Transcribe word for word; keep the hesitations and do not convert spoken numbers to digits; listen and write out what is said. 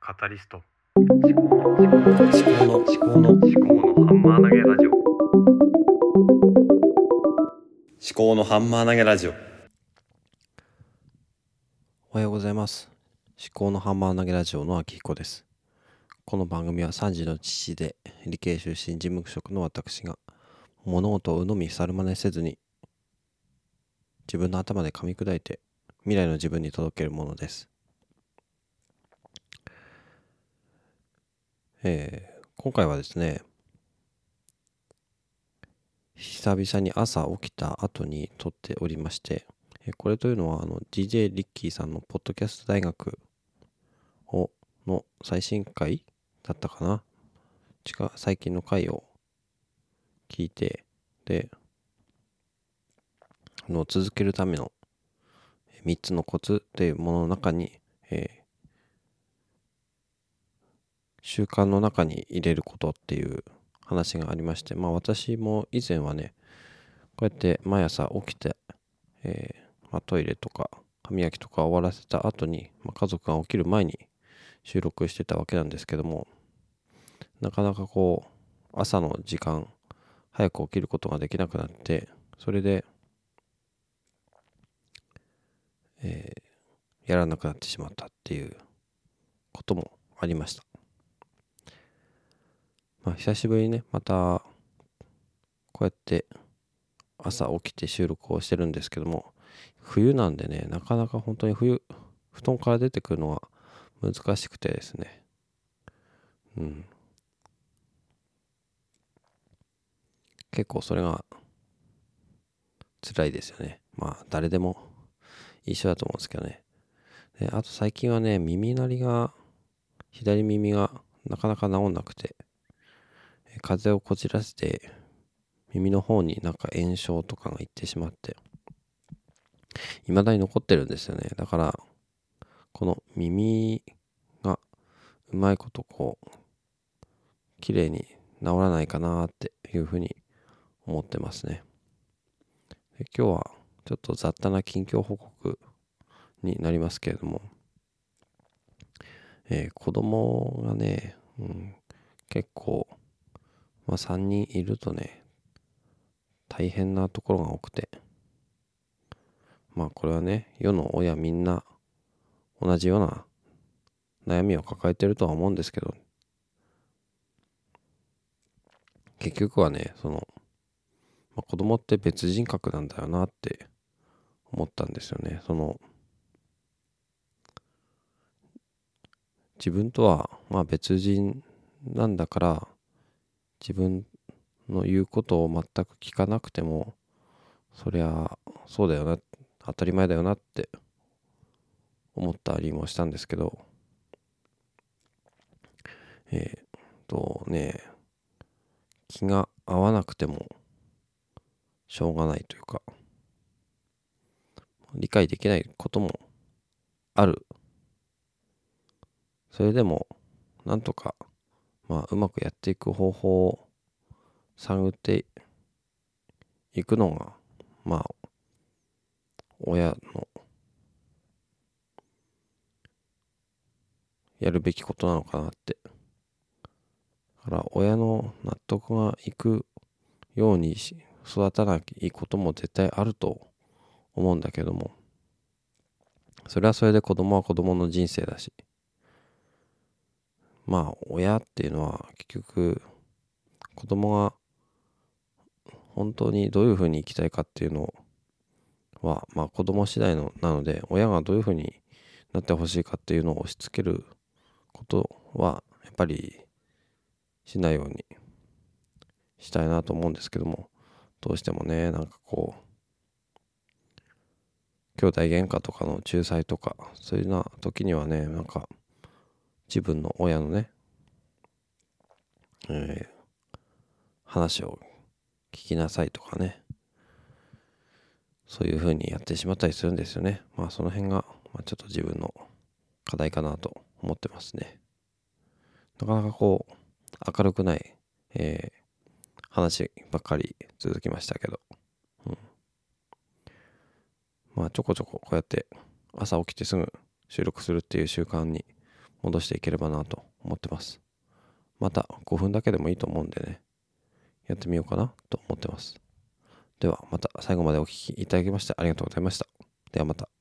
カタリスト思考の思考の思考の思考のハンマー投げラジオ思考のハンマー投げラジオ。 おはようございます。思考のハンマー投げラジオの秋彦です。この番組はさんじの父で理系出身事務職の私が物事を鵜呑み猿真似せずに自分の頭で噛み砕いて未来の自分に届けるものです。えー、今回はですね、久々に朝起きた後に撮っておりまして、これというのはあの ディージェー リッキーさんのポッドキャスト大学をの最新回だったかな、近最近の回を聞いて、での続けるためのみっつのコツというものの中に、えー、習慣の中に入れることっていう話がありまして、まあ私も以前はね、こうやって毎朝起きて、えーまあ、トイレとか歯磨きとか終わらせた後に、まあ、家族が起きる前に収録してたわけなんですけども、なかなかこう朝の時間早く起きることができなくなって、それで、えー、やらなくなってしまったっていうこともありました。まあ久しぶりにね、またこうやって朝起きて収録をしてるんですけども、冬なんでね、なかなか本当に冬布団から出てくるのは難しくてですね、うん結構それが辛いですよね。まあ誰でも一緒だと思うんですけどね。で、あと最近はね、耳鳴りが左耳がなかなか治んなくて、風邪をこじらせて耳の方になんか炎症とかがいってしまって、未だに残ってるんですよね。だからこの耳がうまいことこう綺麗に治らないかなっていうふうに思ってますね。で、今日はちょっと雑多な近況報告になりますけれども、えー、子供がね、うん、結構、まあ、さんにんいるとね大変なところが多くて、まあこれはね、世の親みんな同じような悩みを抱えてるとは思うんですけど、結局はね、その、まあ、子供って別人格なんだよなって思ったんですよね。その自分とはまあ別人なんだから、自分の言うことを全く聞かなくても、そりゃそうだよな、当たり前だよなって思ったりもしたんですけど、えー、とね気が合わなくてもしょうがないというか、理解できないこともある。それでもなんとかまあうまくやっていく方法を探っていくのがまあ親のやるべきことなのかなって。だから親の納得がいくように育たないことも絶対あると思うんだけども、それはそれで子供は子供の人生だし、まあ親っていうのは結局子供が本当にどういうふうに生きたいかっていうのはまあ子供次第のなので、親がどういうふうになってほしいかっていうのを押し付けることはやっぱりしないようにしたいなと思うんですけども、どうしてもね、なんかこう兄弟喧嘩とかの仲裁とかそういうな時にはね、なんか自分の親のね、えー話を聞きなさいとかね、そういう風にやってしまったりするんですよね。まあその辺が、まあ、ちょっと自分の課題かなと思ってますね。なかなかこう明るくない、えー話ばっかり続きましたけど、うん、まあちょこちょここうやって朝起きてすぐ収録するっていう習慣に戻していければなと思ってます。またごふんだけでもいいと思うんでね、やってみようかなと思ってます。ではまた最後までお聞きいただきましてありがとうございました。ではまた。